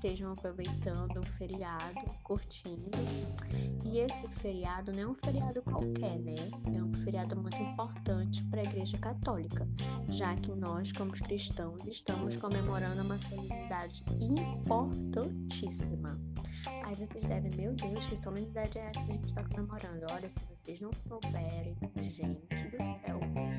estejam aproveitando o feriado, curtindo. E esse feriado não é um feriado qualquer, né? É um feriado muito importante para a Igreja Católica, já que nós, como cristãos, estamos comemorando uma solenidade importantíssima. Aí vocês devem, meu Deus, que solenidade é essa que a gente está comemorando? Olha, se vocês não souberem, gente do céu.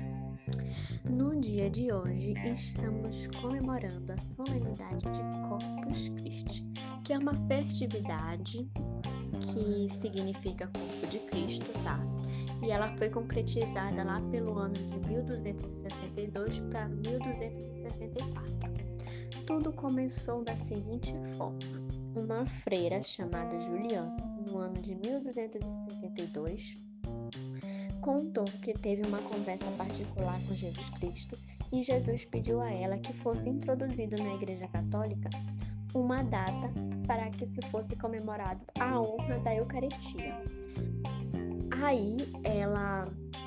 No dia de hoje, estamos comemorando a solenidade de Corpus Christi, que é uma festividade que significa corpo de Cristo, tá? E ela foi concretizada lá pelo ano de 1262 para 1264. Tudo começou da seguinte forma. Uma freira chamada Juliana, no ano de 1272, contou que teve uma conversa particular com Jesus Cristo e Jesus pediu a ela que fosse introduzido na Igreja Católica uma data para que se fosse comemorado a honra da Eucaristia. Aí ela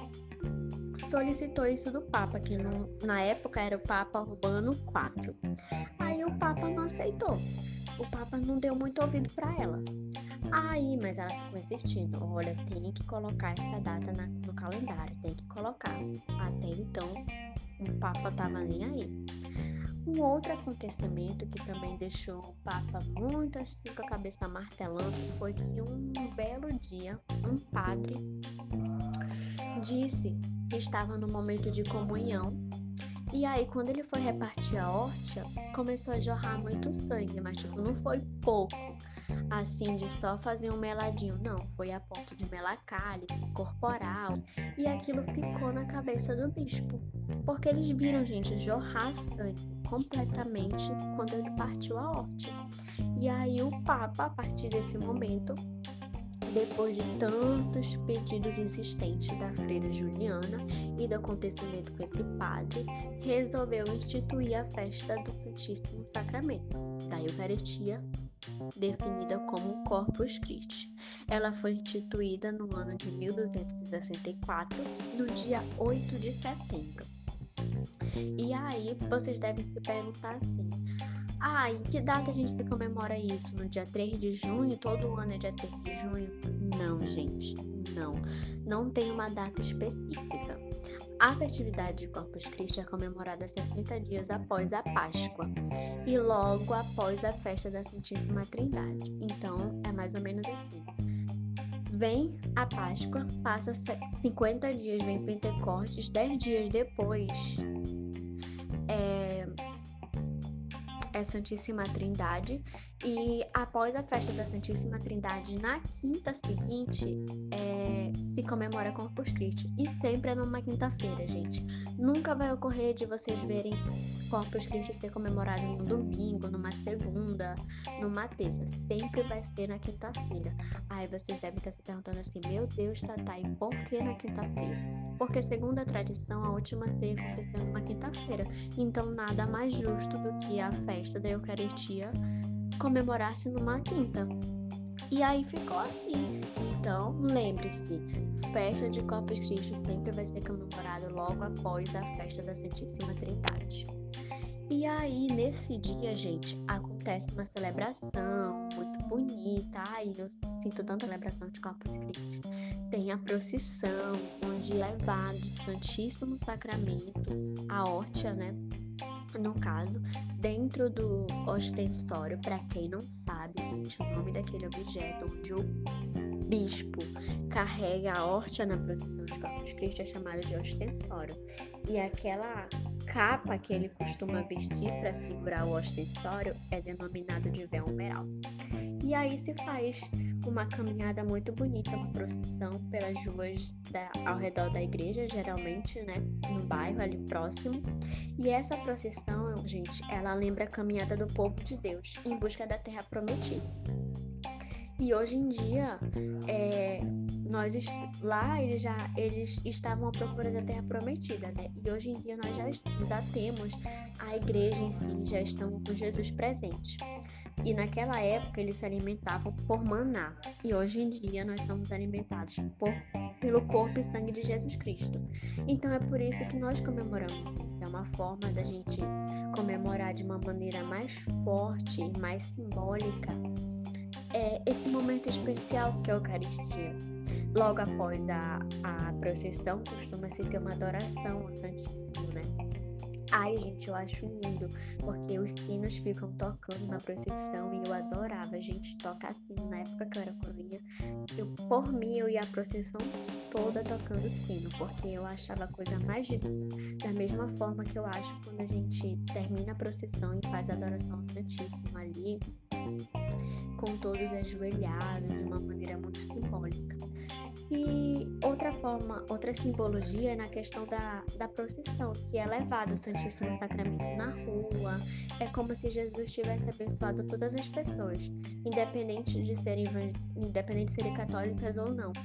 solicitou isso do Papa, que na época era o Papa Urbano IV. Aí o Papa não aceitou. O Papa não deu muito ouvido para ela. Mas ela ficou insistindo, olha, tem que colocar essa data no calendário, tem que colocar. Até então, o Papa estava nem aí. Um outro acontecimento que também deixou o Papa muito assim com a cabeça martelando foi que um belo dia, um padre disse que estava no momento de comunhão. E aí, quando ele foi repartir a hóstia, começou a jorrar muito sangue, mas não foi pouco, assim, de só fazer um meladinho, não, foi a ponto de melar cálice, corporal, e aquilo ficou na cabeça do bispo, porque eles viram, gente, jorrar sangue completamente quando ele partiu a hóstia. E aí o Papa, a partir desse momento, depois de tantos pedidos insistentes da freira Juliana e do acontecimento com esse padre, resolveu instituir a festa do Santíssimo Sacramento, da Eucaristia, definida como Corpus Christi. Ela foi instituída no ano de 1264, no dia 8 de setembro. E aí, vocês devem se perguntar assim, em que data a gente se comemora isso? No dia 3 de junho? Todo ano é dia 3 de junho? Não, gente, não tem uma data específica. A festividade de Corpus Christi é comemorada 60 dias após a Páscoa e logo após a festa da Santíssima Trindade. Então, é mais ou menos assim. Vem a Páscoa, passa 50 dias, vem Pentecostes, 10 dias depois é Santíssima Trindade, e após a festa da Santíssima Trindade, na quinta seguinte, se comemora Corpus Christi, e sempre é numa quinta-feira, gente. Nunca vai ocorrer de vocês verem Corpus Christi ser comemorado no domingo, numa segunda, numa terça. Sempre vai ser na quinta-feira. Aí vocês devem estar se perguntando assim, meu Deus, Tatá, e por que na quinta-feira? Porque segundo a tradição, a última ceia aconteceu numa quinta-feira. Então nada mais justo do que a festa da Eucaristia comemorar-se numa quinta. E aí ficou assim. Então, lembre-se, festa de Corpus Christi sempre vai ser comemorada logo após a festa da Santíssima Trindade. E aí, nesse dia, gente, acontece uma celebração muito bonita. Eu sinto tanta celebração de Corpus Christi. Tem a procissão, onde é levado o Santíssimo Sacramento, a hóstia, né? No caso, dentro do ostensório, para quem não sabe, gente, o nome daquele objeto onde o bispo carrega a hóstia na procissão de Corpus Christi é chamado de ostensório. E aquela capa que ele costuma vestir para segurar o ostensório é denominado de véu umeral. E aí se faz uma caminhada muito bonita, uma procissão pelas ruas ao redor da igreja, geralmente, né, no bairro ali próximo. E essa procissão, gente, ela lembra a caminhada do povo de Deus em busca da terra prometida. E hoje em dia, eles estavam à procura da terra prometida, né? E hoje em dia nós já temos a igreja em si, já estamos com Jesus presente. E naquela época eles se alimentavam por maná. E hoje em dia nós somos alimentados por pelo corpo e sangue de Jesus Cristo. Então é por isso que nós comemoramos isso. É uma forma da gente comemorar de uma maneira mais forte e mais simbólica esse momento especial que é a Eucaristia. Logo após a procissão, costuma-se ter uma adoração ao Santíssimo, né? Ai, gente, eu acho lindo, porque os sinos ficam tocando na procissão e eu adorava. A gente toca sino. Na época que eu era coroinha, por mim, eu ia a procissão toda tocando sino, porque eu achava a coisa mais linda. Da mesma forma que eu acho quando a gente termina a procissão e faz a adoração ao Santíssimo ali, com todos ajoelhados, de uma maneira muito simbólica. E outra simbologia é na questão da procissão, que é levado o Santíssimo Sacramento na rua. É como se Jesus tivesse abençoado todas as pessoas, independente de serem católicas ou não.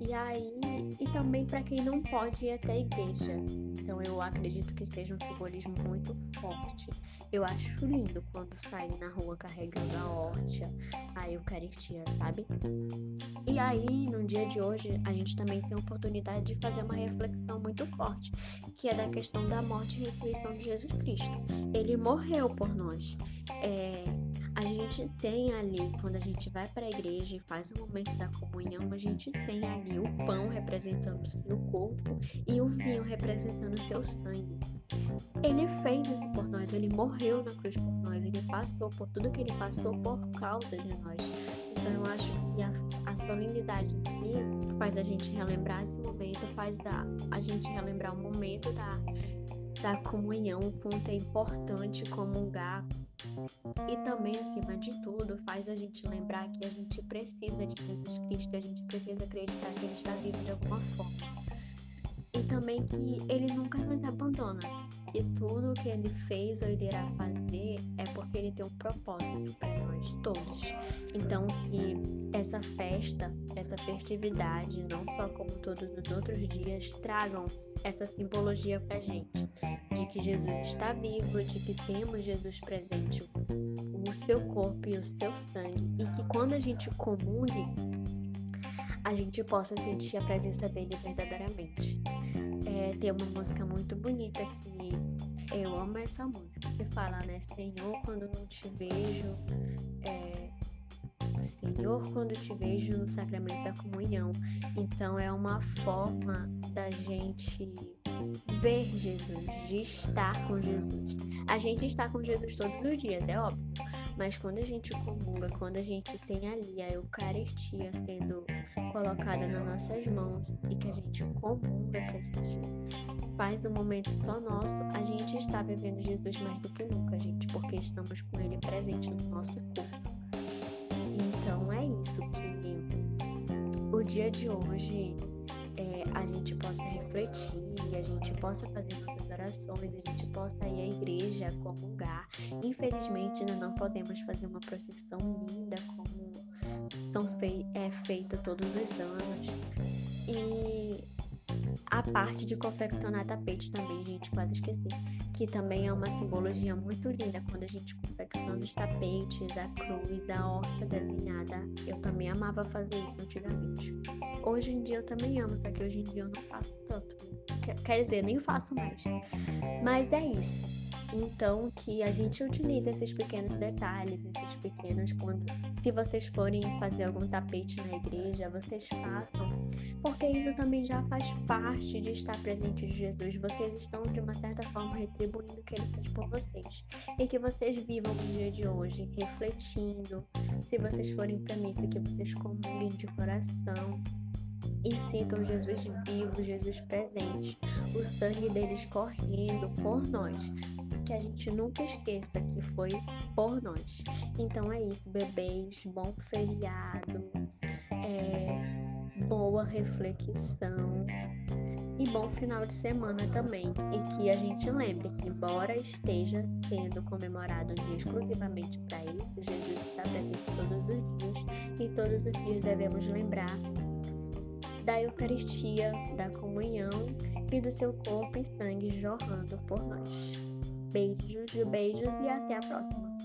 E também para quem não pode ir até a igreja. Então eu acredito que seja um simbolismo muito forte. Eu acho lindo quando saem na rua carregando a hóstia, a Eucaristia, sabe? E aí, no dia de hoje, a gente também tem a oportunidade de fazer uma reflexão muito forte, que é da questão da morte e ressurreição de Jesus Cristo. Ele morreu por nós. A gente tem ali, quando a gente vai para a igreja e faz o momento da comunhão, a gente tem ali o pão representando o seu corpo e o vinho representando o seu sangue. Ele fez isso por nós, ele morreu na cruz por nós, ele passou por tudo que ele passou por causa de nós. Então eu acho que a solenidade em si faz a gente relembrar esse momento, faz a gente relembrar o momento da comunhão, o quanto é importante comungar. E também, acima de tudo, faz a gente lembrar que a gente precisa de Jesus Cristo, a gente precisa acreditar que ele está vivo de alguma forma. E também que ele nunca nos abandona, que tudo que ele fez ou ele irá fazer é porque ele tem um propósito para nós todos. Então que essa festividade, não só como todos os outros dias, tragam essa simbologia pra gente, de que Jesus está vivo, de que temos Jesus presente, o seu corpo e o seu sangue, e que quando a gente comungue, a gente possa sentir a presença dele verdadeiramente. Tem uma música muito bonita que eu amo essa música, que fala, né? Senhor, quando não te vejo, Senhor, quando te vejo no sacramento da comunhão. Então é uma forma da gente ver Jesus, de estar com Jesus. A gente está com Jesus todos os dias, é óbvio. Mas quando a gente comunga, quando a gente tem ali a Eucaristia sendo colocada nas nossas mãos e que a gente comunga, que a gente faz um momento só nosso, a gente está vivendo Jesus mais do que nunca, gente, porque estamos com ele presente no nosso corpo. Então é isso, que o dia de hoje a gente possa refletir, a gente possa fazer nossas orações, a gente possa ir à igreja, comungar. Infelizmente ainda não podemos fazer uma procissão linda como é feita todos os anos. E a parte de confeccionar tapete também, gente, quase esqueci, que também é uma simbologia muito linda quando a gente confecciona os tapetes, a cruz, a hóstia desenhada. Eu também amava fazer isso antigamente. Hoje em dia eu também amo, só que hoje em dia eu não faço tanto. Quer dizer, nem faço mais. Mas é isso. Então, que a gente utilize esses pequenos detalhes, se vocês forem fazer algum tapete na igreja, vocês façam, porque isso também já faz parte de estar presente de Jesus. Vocês estão, de uma certa forma, retribuindo o que ele fez por vocês. E que vocês vivam o dia de hoje refletindo. Se vocês forem para missa, que vocês comunguem de coração e sintam Jesus vivo, Jesus presente, o sangue deles correndo por nós. Que a gente nunca esqueça que foi por nós. Então é isso, bebês, bom feriado, boa reflexão e bom final de semana também. E que a gente lembre que, embora esteja sendo comemorado um dia exclusivamente para isso, Jesus está presente todos os dias e todos os dias devemos lembrar da Eucaristia, da comunhão e do seu corpo e sangue jorrando por nós. Beijos e até a próxima.